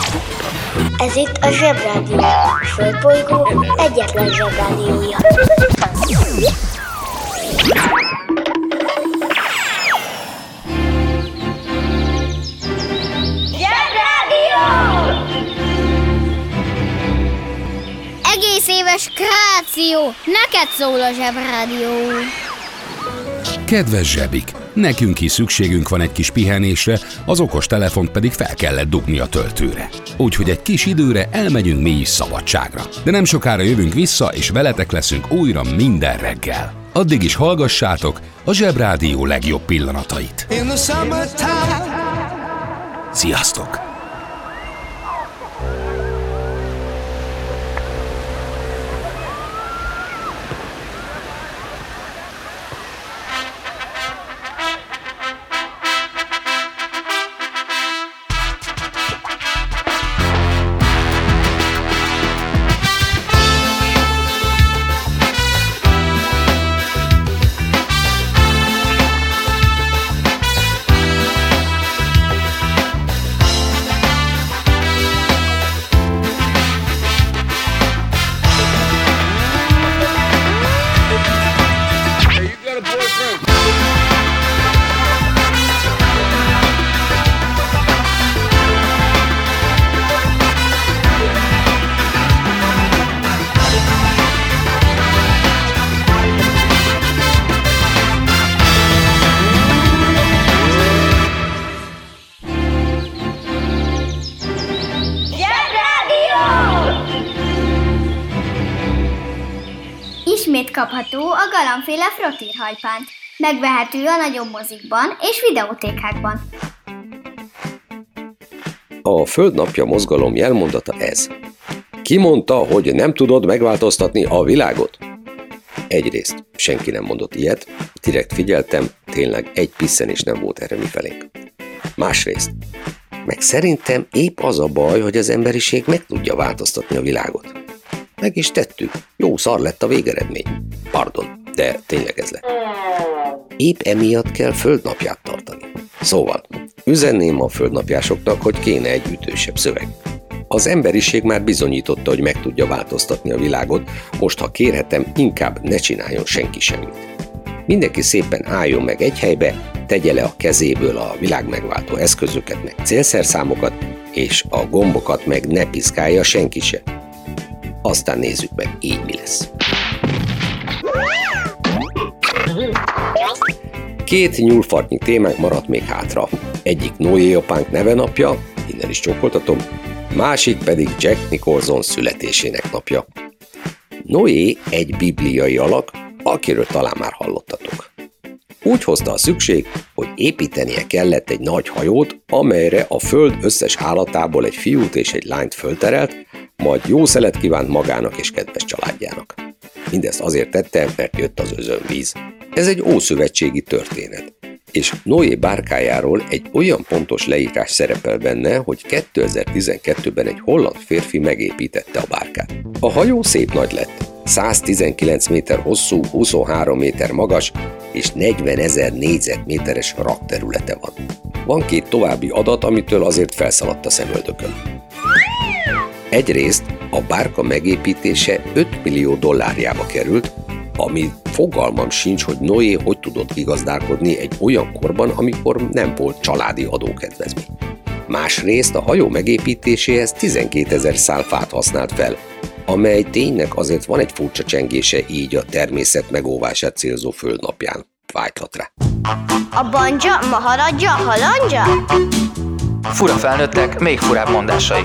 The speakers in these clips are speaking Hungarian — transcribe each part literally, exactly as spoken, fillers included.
Ez itt a Zsebrádió, a Földbolygó egyetlen Zsebrádiója. Zsebrádió! Egész éves kreáció, neked szól a Zsebrádió. Kedves zsebik, nekünk is szükségünk van egy kis pihenésre, az okos telefont pedig fel kellett dugni a töltőre. Úgyhogy egy kis időre elmegyünk mi is szabadságra. De nem sokára jövünk vissza, és veletek leszünk újra minden reggel. Addig is hallgassátok a Zsebrádió legjobb pillanatait. Sziasztok! Ismét kapható a galambféle frottírhajpánt. Megvehető a nagyobb mozikban és videótékákban. A Földnapja mozgalom jelmondata ez. Ki mondta, hogy nem tudod megváltoztatni a világot? Egyrészt senki nem mondott ilyet, direkt figyeltem, tényleg egy pisszenés nem volt erre mifelénk. Másrészt, meg szerintem épp az a baj, hogy az emberiség meg tudja változtatni a világot. Meg is tettük. Jó szar lett a végeredmény. Pardon, de tényleg ez lett. Épp emiatt kell földnapját tartani. Szóval, üzenném a földnapjásoknak, hogy kéne egy ütősebb szöveg. Az emberiség már bizonyította, hogy meg tudja változtatni a világot, most ha kérhetem, inkább ne csináljon senki semmit. Mindenki szépen álljon meg egy helybe, tegye le a kezéből a világmegváltó eszközöket, meg célszerszámokat, és a gombokat meg ne piszkálja senki se. Aztán nézzük meg, így mi lesz. Két nyúlfartnyi témánk maradt még hátra. Egyik Noé apánk nevenapja, innen is csókoltatom, másik pedig Jack Nicholson születésének napja. Noé egy bibliai alak, akiről talán már hallottatok. Úgy hozta a szükség, hogy építenie kellett egy nagy hajót, amelyre a föld összes állatából egy fiút és egy lányt fölterelt, majd jó szelet kívánt magának és kedves családjának. Mindezt azért tette, mert jött az özönvíz. Ez egy ószövetségi történet, és Noé bárkájáról egy olyan pontos leírás szerepel benne, hogy kétezer-tizenkettőben egy holland férfi megépítette a bárkát. A hajó szép nagy lett, száztizenkilenc méter hosszú, huszonhárom méter magas és negyvenezer négyzetméteres rakterülete van. Van két további adat, amitől azért felszaladt a szemöldökön. Egyrészt a bárka megépítése öt millió dollárjába került, ami fogalmam sincs, hogy Noé hogy tudott kigazdálkodni egy olyan korban, amikor nem volt családi adókedvezmény. Másrészt a hajó megépítéséhez tizenkétezer szál fát használt fel, amely ténynek azért van egy furcsa csengése így a természet megóvását célzó földnapján. Vágyhat rá. A banja, maharadja, halandja? Fura felnőttek, még furább mondásai.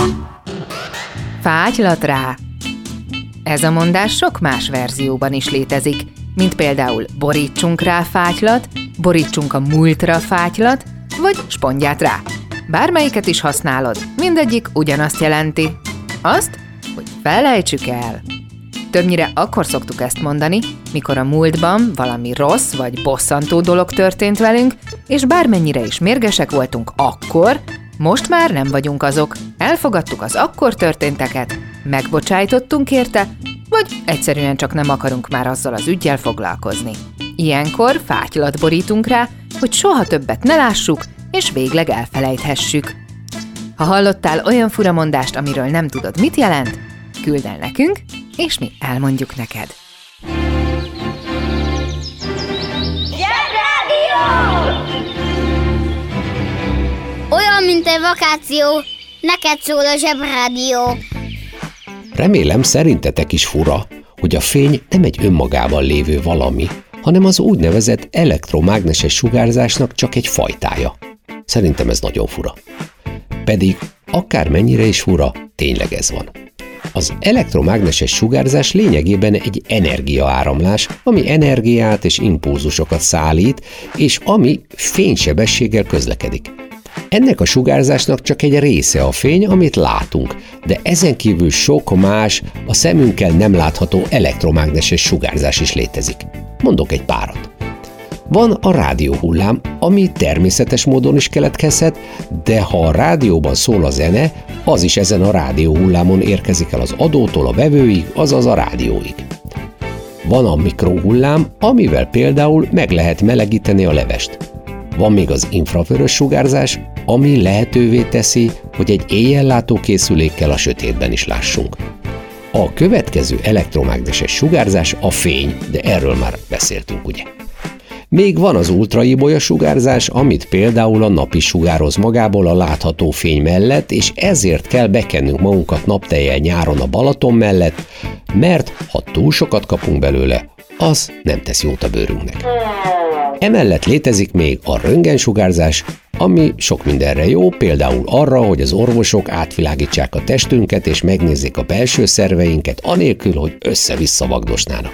Fágylat rá! Ez a mondás sok más verzióban is létezik, mint például borítsunk rá fátylat, borítsunk a múltra fátylat, vagy spondját rá. Bármelyiket is használod, mindegyik ugyanazt jelenti. Azt, hogy felejtsük el. Többnyire akkor szoktuk ezt mondani, mikor a múltban valami rossz vagy bosszantó dolog történt velünk, és bármennyire is mérgesek voltunk akkor, most már nem vagyunk azok. Elfogadtuk az akkor történteket, megbocsájtottunk érte, vagy egyszerűen csak nem akarunk már azzal az üggyel foglalkozni. Ilyenkor fátylat borítunk rá, hogy soha többet ne lássuk, és végleg elfelejthessük. Ha hallottál olyan furamondást, amiről nem tudod, mit jelent, küldd el nekünk, és mi elmondjuk neked. Olyan, mint egy vakáció, neked szól a Zsebrádió. Remélem, szerintetek is fura, hogy a fény nem egy önmagában lévő valami, hanem az úgynevezett elektromágneses sugárzásnak csak egy fajtája. Szerintem ez nagyon fura. Pedig akármennyire is fura, tényleg ez van. Az elektromágneses sugárzás lényegében egy energiaáramlás, ami energiát és impulzusokat szállít, és ami fénysebességgel közlekedik. Ennek a sugárzásnak csak egy része a fény, amit látunk, de ezen kívül sok más, a szemünkkel nem látható elektromágneses sugárzás is létezik. Mondok egy párat. Van a rádióhullám, ami természetes módon is keletkezhet, de ha a rádióban szól a zene, az is ezen a rádióhullámon érkezik el az adótól a vevőig, azaz a rádióig. Van a mikrohullám, amivel például meg lehet melegíteni a levest. Van még az infravörös sugárzás, ami lehetővé teszi, hogy egy éjjellátó készülékkel a sötétben is lássunk. A következő elektromágneses sugárzás a fény, de erről már beszéltünk, ugye? Még van az ultraibolya sugárzás, amit például a nap is sugároz magából a látható fény mellett, és ezért kell bekennünk magunkat naptejjel nyáron a Balaton mellett, mert ha túl sokat kapunk belőle, az nem tesz jót a bőrünknek. Emellett létezik még a röntgensugárzás, ami sok mindenre jó, például arra, hogy az orvosok átvilágítsák a testünket és megnézzék a belső szerveinket, anélkül, hogy össze-vissza vagdosnának.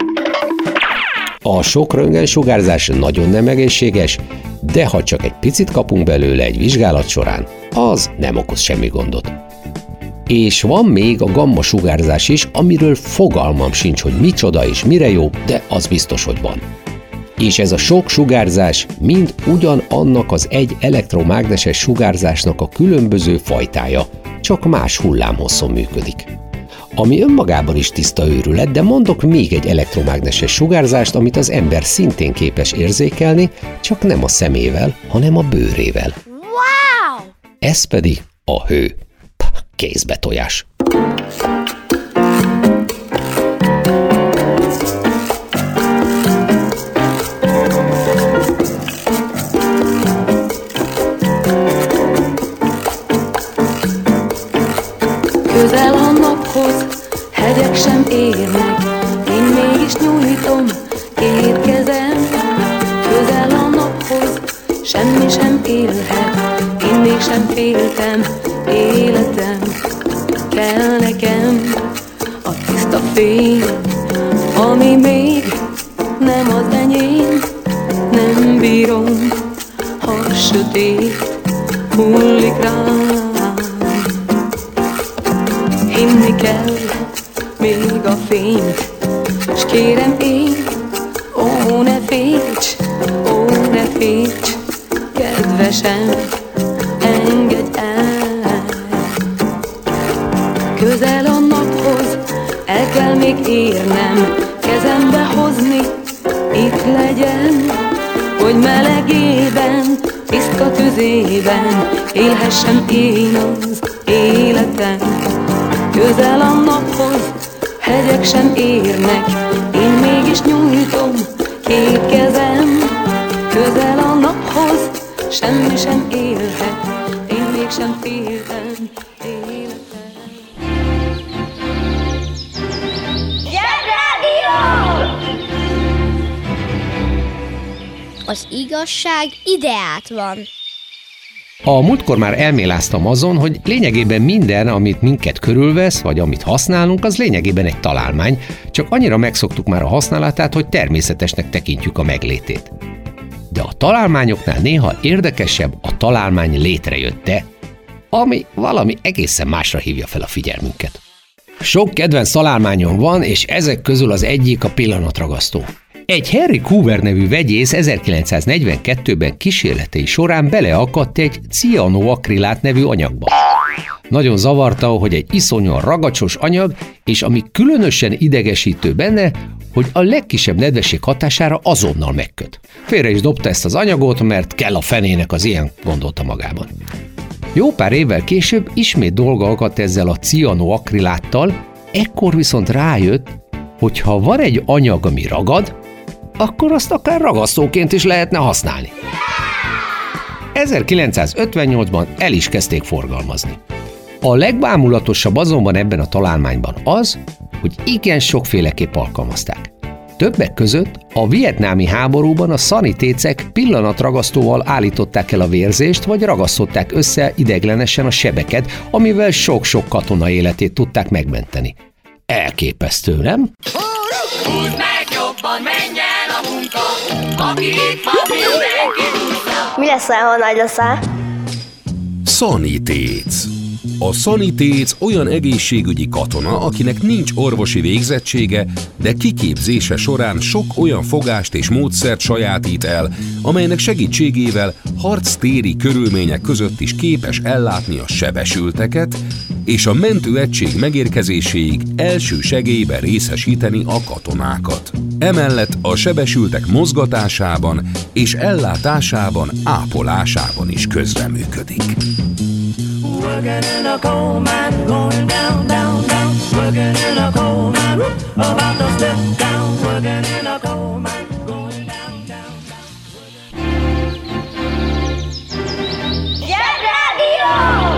A sok röntgensugárzás nagyon nem egészséges, de ha csak egy picit kapunk belőle egy vizsgálat során, az nem okoz semmi gondot. És van még a gamma sugárzás is, amiről fogalmam sincs, hogy micsoda és mire jó, de az biztos, hogy van. És ez a sok sugárzás mind ugyanannak az egy elektromágneses sugárzásnak a különböző fajtája, csak más hullámhosszon működik. Ami önmagában is tiszta őrület, de mondok még egy elektromágneses sugárzást, amit az ember szintén képes érzékelni, csak nem a szemével, hanem a bőrével. Wow! Ez pedig a hő. Kézbetojás. Közel a naphoz, hegyek sem érnek, én mégis nyújtom két kezem. Közel a naphoz, semmi sem élhet, én mégsem féltem, életem. Kell nekem a tiszta fény, ami még nem az enyém. Nem bírom, ha sötét hullik rám. Hinni kell még a fényt, s kérem én, ó ne félts, ó ne félts, kedvesem, engedj el. Közel a naphoz, el kell még érnem, kezembe hozni, itt legyen, hogy melegében, tiszta tüzében élhessem én az életem. Közel a naphoz, hegyek sem érnek, én mégis nyújtom két kezem. Közel a naphoz, semmi sem élhet, én mégsem féltem életem. Zsebrádió! Az igazság ideát van. A múltkor már elméláztam azon, hogy lényegében minden, amit minket körülvesz, vagy amit használunk, az lényegében egy találmány, csak annyira megszoktuk már a használatát, hogy természetesnek tekintjük a meglétét. De a találmányoknál néha érdekesebb a találmány létrejötte, ami valami egészen másra hívja fel a figyelmünket. Sok kedvenc találmányom van, és ezek közül az egyik a pillanatragasztó. Egy Henry Coover nevű vegyész ezerkilencszáznegyvenkettőben kísérletei során beleakadt egy cianoakrilát nevű anyagba. Nagyon zavarta, hogy egy iszonyúan ragacsos anyag, és ami különösen idegesítő benne, hogy a legkisebb nedvesség hatására azonnal megköt. Félre is dobta ezt az anyagot, mert kell a fenének az ilyen, gondolta magában. Jó pár évvel később ismét dolga akadt ezzel a cianoakriláttal, ekkor viszont rájött, hogy ha van egy anyag, ami ragad, akkor azt akár ragasztóként is lehetne használni. ezerkilencszázötvennyolcban el is kezdték forgalmazni. A legbámulatosabb azonban ebben a találmányban az, hogy igen sokféleképp alkalmazták. Többek között a vietnámi háborúban a szanitécek pillanatragasztóval állították el a vérzést, vagy ragasztották össze ideiglenesen a sebeket, amivel sok-sok katona életét tudták megmenteni. Elképesztő, nem? Húzd meg jobban, menj el a munka, aki itt van, mindenki húzza. Mi leszel, ha nagy leszel? Szanitéc. A szanitéc olyan egészségügyi katona, akinek nincs orvosi végzettsége, de kiképzése során sok olyan fogást és módszert sajátít el, amelynek segítségével harctéri körülmények között is képes ellátni a sebesülteket, és a mentőegység megérkezéséig első segélyben részesíteni a katonákat. Emellett a sebesültek mozgatásában és ellátásában, ápolásában is közreműködik. Working in a coal mine, going down, down, down. Working in a coal mine, about to step down. Working in a coal mine, going down, down, down. Zsebrádió!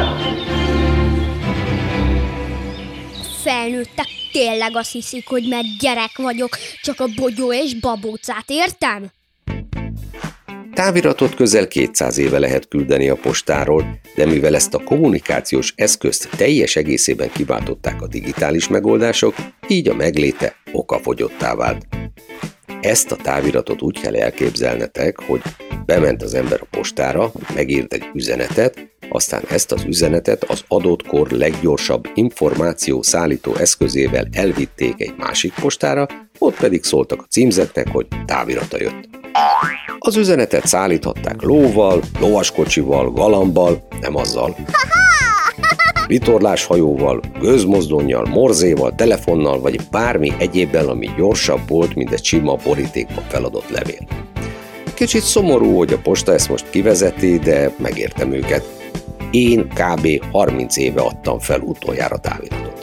Felnőttek tényleg azt hiszik, hogy mert gyerek vagyok, csak a bogyó és babócát értem? Táviratot közel kétszáz éve lehet küldeni a postáról, de mivel ezt a kommunikációs eszközt teljes egészében kiváltották a digitális megoldások, így a megléte okafogyottá vált. Ezt a táviratot úgy kell elképzelnetek, hogy bement az ember a postára, megírt egy üzenetet, aztán ezt az üzenetet az adott kor leggyorsabb információ szállító eszközével elvitték egy másik postára, ott pedig szóltak a címzetnek, hogy távirata jött. Az üzenetet szállíthatták lóval, lovaskocsival, galambal, nem azzal, vitorláshajóval, gőzmozdonnyal, morzéval, telefonnal, vagy bármi egyébben, ami gyorsabb volt, mint egy sima borítékban feladott levél. Kicsit szomorú, hogy a posta ezt most kivezeti, de megértem őket. Én kb. harminc éve adtam fel utoljára táviratot.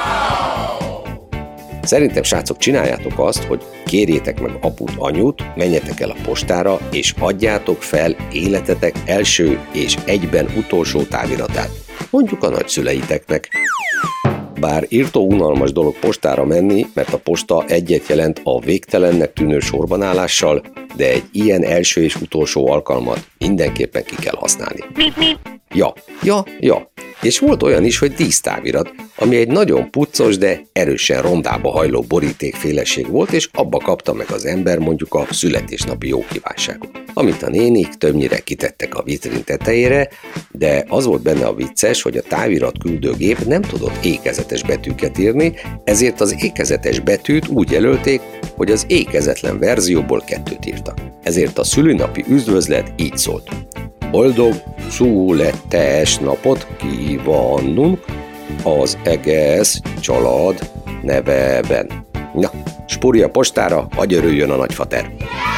Szerintem, srácok, csináljátok azt, hogy kérjétek meg aput, anyut, menjetek el a postára, és adjátok fel életetek első és egyben utolsó táviratát. Mondjuk a nagyszüleiteknek. Bár írtó unalmas dolog postára menni, mert a posta egyet jelent a végtelennek tűnő sorbanállással, de egy ilyen első és utolsó alkalmat mindenképpen ki kell használni. Ja, ja, ja. És volt olyan is, hogy dísztávirat, ami egy nagyon puccos, de erősen rondába hajló borítékféleség volt, és abba kapta meg az ember mondjuk a születésnapi jókívánságot, amit a nénik többnyire kitettek a vitrin tetejére, de az volt benne a vicces, hogy a távirat küldőgép nem tudott ékezetes betűket írni, ezért az ékezetes betűt úgy jelölték, hogy az ékezetlen verzióból kettőt írtak. Ezért a szülinapi üdvözlet így szólt: boldog születés napot kívánunk az egész család nevében. Na, spúrja postára, hagy örüljön a nagyfater!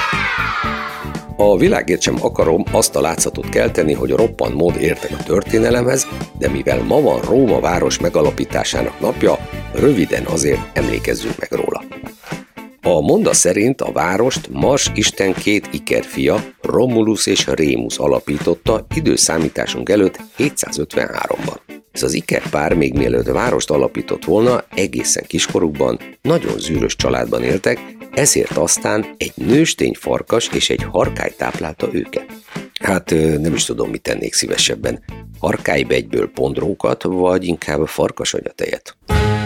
A világért sem akarom azt a látszatot kelteni, hogy roppant mód értek a történelemhez, de mivel ma van Róma város megalapításának napja, röviden azért emlékezzünk meg róla. A monda szerint a várost Mars isten két ikerfia, Romulus és Rémus alapította időszámításunk előtt hétszázötvenháromban. Ez az ikerpár még mielőtt várost alapított volna, egészen kiskorukban nagyon zűrös családban éltek, ezért aztán egy nőstény farkas és egy harkály táplálta őket. Hát nem is tudom, mit tennék szívesebben, harkálybegyből pondrókat, vagy inkább farkasanyatejet.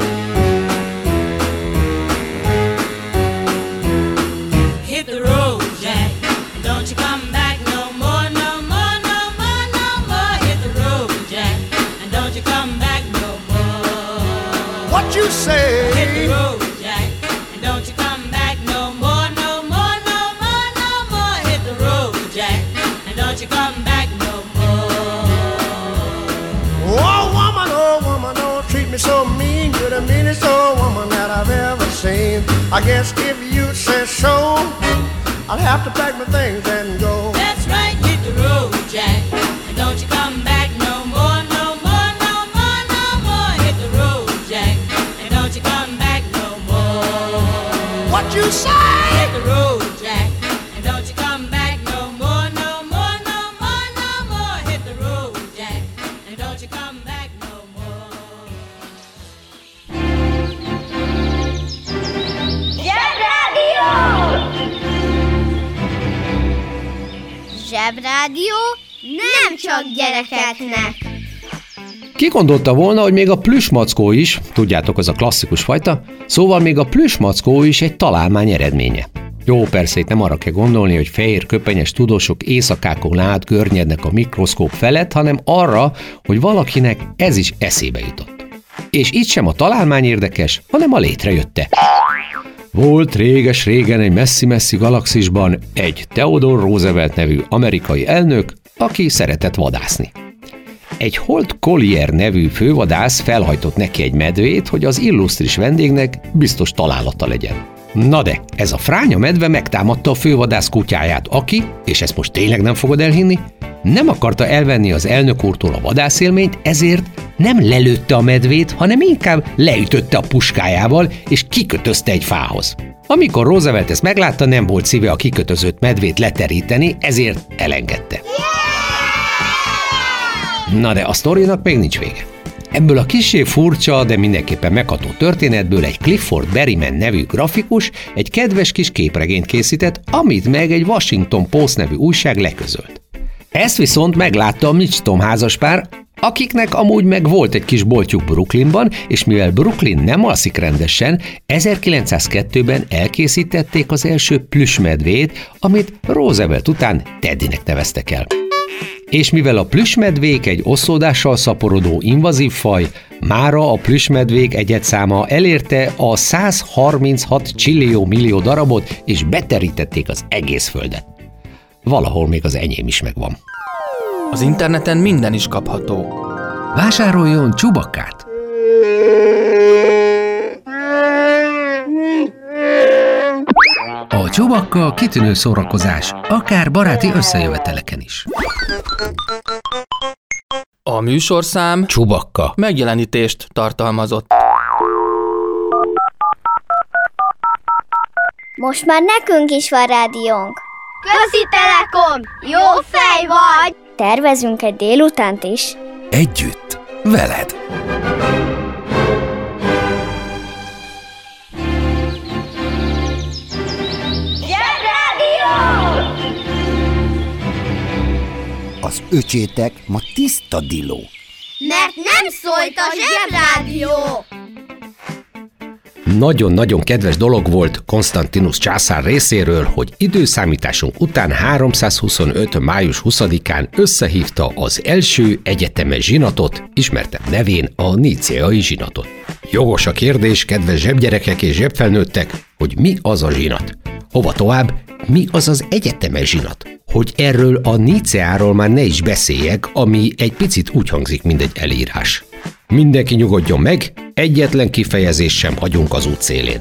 You say hit the road, Jack, and don't you come back no more, no more, no more, no more. Hit the road, Jack, and don't you come back no more. Oh woman, oh woman, don't treat me so mean. You're the meanest old woman that I've ever seen. I guess if you say so, I'll have to pack my things and go. That's right, hit the road, Jack, and don't you come back no more. what you say? Hit the road, Jack, and don't you come back no more, no more, no more, no more. Hit the road, Jack, and don't you come back no more. Zsebrádió! Zsebrádió nem csak gyerekeknek. Ki gondolta volna, hogy még a plüssmackó is, tudjátok, az a klasszikus fajta, szóval még a plüssmackó is egy találmány eredménye. Jó, persze itt nem arra kell gondolni, hogy fehér köpenyes tudósok éjszakákon át görnyednek a mikroszkóp felett, hanem arra, hogy valakinek ez is eszébe jutott. És itt sem a találmány érdekes, hanem a létrejötte. Volt réges-régen egy messzi-messzi galaxisban egy Theodore Roosevelt nevű amerikai elnök, aki szeretett vadászni. Egy Holt Collier nevű fővadász felhajtott neki egy medvét, hogy az illusztris vendégnek biztos találata legyen. Na de, ez a fránya medve megtámadta a fővadász kutyáját, aki, és ezt most tényleg nem fogod elhinni, nem akarta elvenni az elnök úrtól a vadászélményt, ezért nem lelőtte a medvét, hanem inkább leütötte a puskájával, és kikötözte egy fához. Amikor Roosevelt ezt meglátta, nem volt szíve a kikötözött medvét leteríteni, ezért elengedte. Na de a sztorinak még nincs vége. Ebből a kissé furcsa, de mindenképpen megható történetből egy Clifford Berryman nevű grafikus egy kedves kis képregényt készített, amit meg egy Washington Post nevű újság leközölt. Ezt viszont meglátta a Mitchum házaspár, akiknek amúgy meg volt egy kis boltjuk Brooklynban, és mivel Brooklyn nem alszik rendesen, ezerkilencszázkettőben elkészítették az első plüssmedvét, amit Roosevelt után Teddynek neveztek el. És mivel a plüssmedvék egy oszlódással szaporodó invazív faj, mára a plüssmedvék egyedszáma elérte a száz harminchat csillió millió darabot, és beterítették az egész földet. Valahol még az enyém is megvan. Az interneten minden is kapható. Vásároljon Csubakkát! A Csubakka kitűnő szórakozás, akár baráti összejöveteleken is. A műsorszám Csubakka megjelenítést tartalmazott. Most már nekünk is van rádiónk. Közi Telekom! Jó fej vagy! Tervezünk egy délutánt is. Együtt, veled! Az öcsétek ma tiszta diló. Mert nem szólt a Zsebrádió! Nagyon-nagyon kedves dolog volt Konstantinus császár részéről, hogy időszámításunk után háromszázhuszonöt. május huszadikán összehívta az első egyetemes zsinatot, ismertebb nevén a níceai zsinatot. Jogos a kérdés, kedves zsebgyerekek és zsebfelnőttek, hogy mi az a zsinat? Hova tovább, mi az az egyetemes zsinat? Hogy erről a Níceáról már ne is beszéljek, ami egy picit úgy hangzik, mint egy elírás. Mindenki nyugodjon meg, egyetlen kifejezést sem hagyunk az út szélén.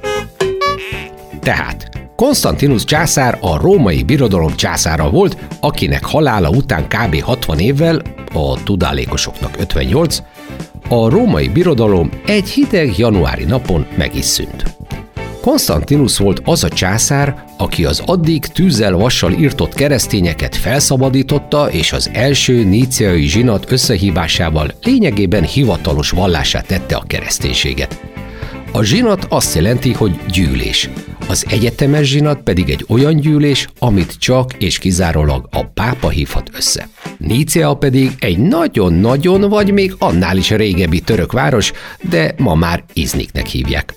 Tehát, Konstantinus császár a római birodalom császára volt, akinek halála után kb. hatvan évvel, a tudálékosoknak ötvennyolc, a római birodalom egy hideg januári napon meg is szűnt. Konstantinus volt az a császár, aki az addig tűzzel-vassal irtott keresztényeket felszabadította, és az első níceai zsinat összehívásával lényegében hivatalos vallásá tette a kereszténységet. A zsinat azt jelenti, hogy gyűlés. Az egyetemes zsinat pedig egy olyan gyűlés, amit csak és kizárólag a pápa hívhat össze. Nícea pedig egy nagyon-nagyon, vagy még annál is régebbi török város, de ma már Izniknek hívják.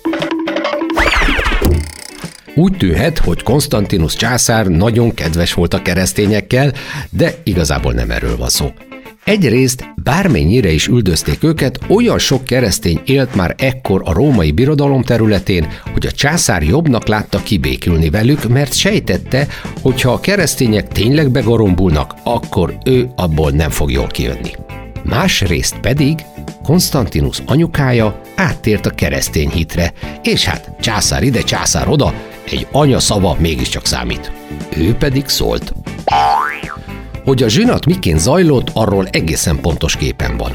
Úgy tűnhet, hogy Konstantinus császár nagyon kedves volt a keresztényekkel, de igazából nem erről van szó. Egyrészt bármennyire is üldözték őket, olyan sok keresztény élt már ekkor a római birodalom területén, hogy a császár jobbnak látta kibékülni velük, mert sejtette, hogy ha a keresztények tényleg begorombulnak, akkor ő abból nem fog jól kijönni. Másrészt pedig Konstantinus anyukája áttért a keresztény hitre, és hát császár ide, császár oda, egy anya szava mégiscsak számít. Ő pedig szólt. Hogy a zsinat miként zajlott, arról egészen pontos képen van.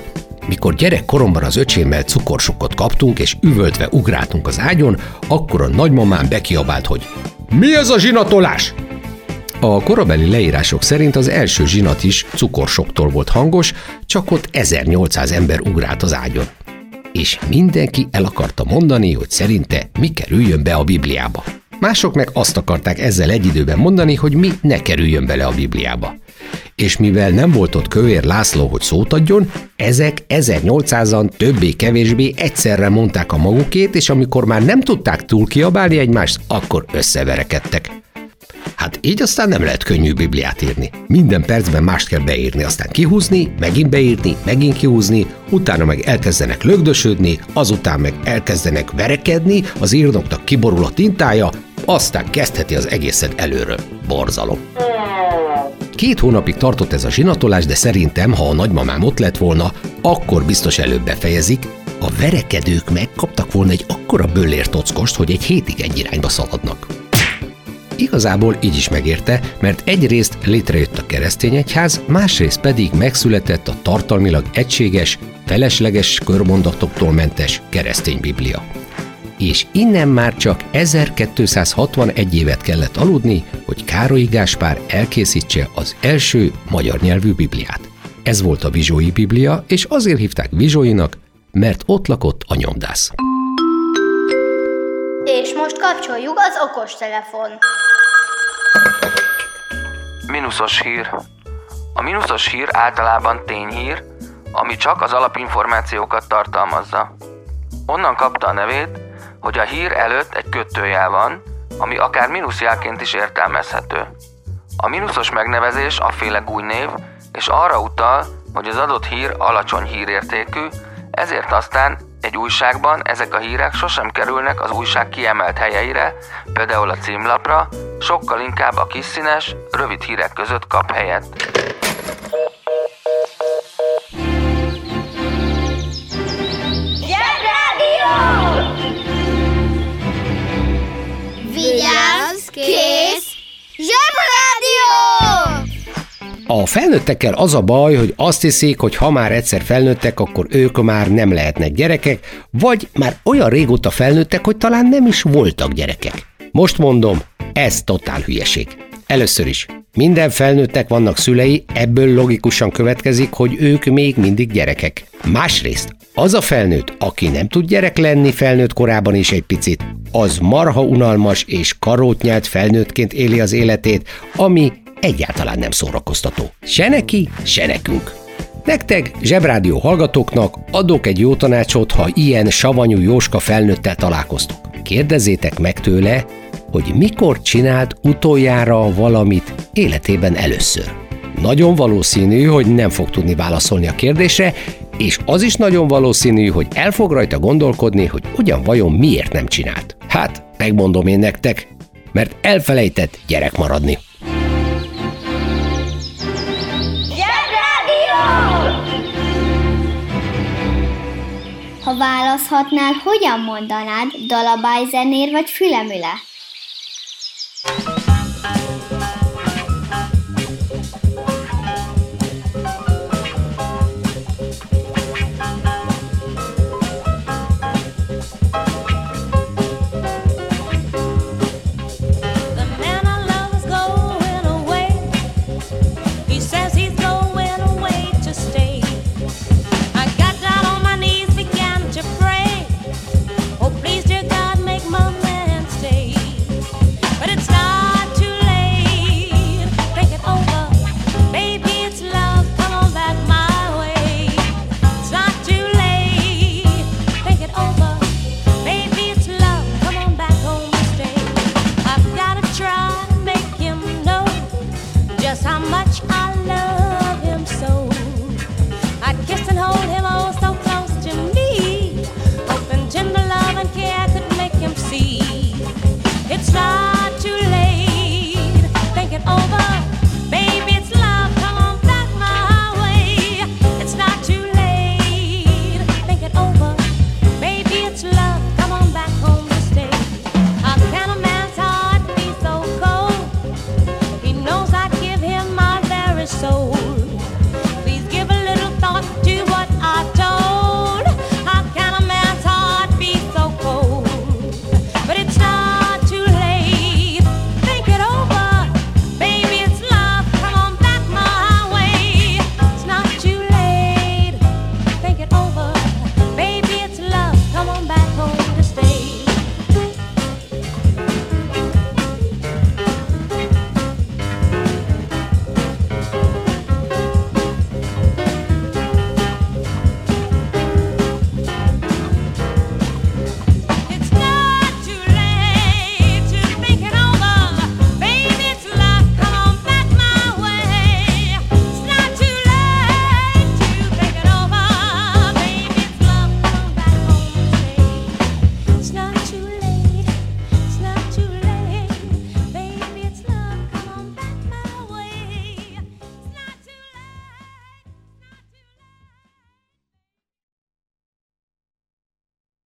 mikor gyerekkoromban az öcsémmel cukorsokkot kaptunk, és üvöltve ugráltunk az ágyon, akkor a nagymamám bekiabált, hogy mi ez a zsinatolás? A korabeli leírások szerint az első zsinat is cukorsoktól volt hangos, csak ott ezernyolcszáz ember ugrált az ágyon. És mindenki el akarta mondani, hogy szerinte mi kerüljön be a Bibliába. Mások meg azt akarták ezzel egy időben mondani, hogy mi ne kerüljön bele a Bibliába. És mivel nem volt ott Kövér László, hogy szót adjon, ezek ezernyolcszázan többé-kevésbé egyszerre mondták a magukét, és amikor már nem tudták túl kiabálni egymást, akkor összeverekedtek. Hát így aztán nem lehet könnyű Bibliát írni. Minden percben mást kell beírni, aztán kihúzni, megint beírni, megint kihúzni, utána meg elkezdenek lögdösödni, azután meg elkezdenek verekedni, az írnoknak kiborul a tintája, aztán kezdheti az egészet előről. Borzalom. Két hónapig tartott ez a zsinatolás, de szerintem, ha a nagymamám ott lett volna, akkor biztos előbb befejezik. A verekedők meg kaptak volna egy akkora böllér tockost, hogy egy hétig egy irányba szaladnak. Igazából így is megérte, mert egyrészt létrejött a keresztény egyház, másrészt pedig megszületett a tartalmilag egységes, felesleges körmondatoktól mentes keresztény Biblia. És innen már csak ezerkétszázhatvanegy évet kellett aludni, hogy Károlyi Gáspár elkészítse az első magyar nyelvű Bibliát. Ez volt a Vizsói Biblia, és azért hívták Vizsóinak, mert ott lakott a nyomdász. És most kapcsoljuk az okostelefon. Minuszos hír. A minuszos hír általában tényhír, ami csak az alapinformációkat tartalmazza. Onnan kapta a nevét, hogy a hír előtt egy kötőjel van, ami akár mínuszjelként is értelmezhető. A minuszos megnevezés afféle gúnynév, és arra utal, hogy az adott hír alacsony hírértékű, ezért aztán egy újságban ezek a hírek sosem kerülnek az újság kiemelt helyeire, például a címlapra, sokkal inkább a kisszínes, rövid hírek között kap helyet. Zsebrádió! Vigyázz, kész! Zsebrádió! A felnőttekkel az a baj, hogy azt hiszik, hogy ha már egyszer felnőttek, akkor ők már nem lehetnek gyerekek, vagy már olyan régóta felnőttek, hogy talán nem is voltak gyerekek. Most mondom, ez totál hülyeség. Először is, minden felnőttnek vannak szülei, ebből logikusan következik, hogy ők még mindig gyerekek. Másrészt, az a felnőtt, aki nem tud gyerek lenni felnőtt korában is egy picit, az marha unalmas és karótnyált felnőttként éli az életét, ami egyáltalán nem szórakoztató. Se neki, se nekünk. Nektek, Zsebrádió hallgatóknak adok egy jó tanácsot, ha ilyen savanyú Jóska felnőttel találkoztok. Kérdezzétek meg tőle, hogy mikor csinált utoljára valamit életében először. Nagyon valószínű, hogy nem fog tudni válaszolni a kérdésre, és az is nagyon valószínű, hogy el fog rajta gondolkodni, hogy ugyan vajon miért nem csinált. Hát, megmondom én nektek, mert elfelejtett gyerek maradni. Ha választhatnál, hogyan mondanád, dalabályzenér vagy fülemüle?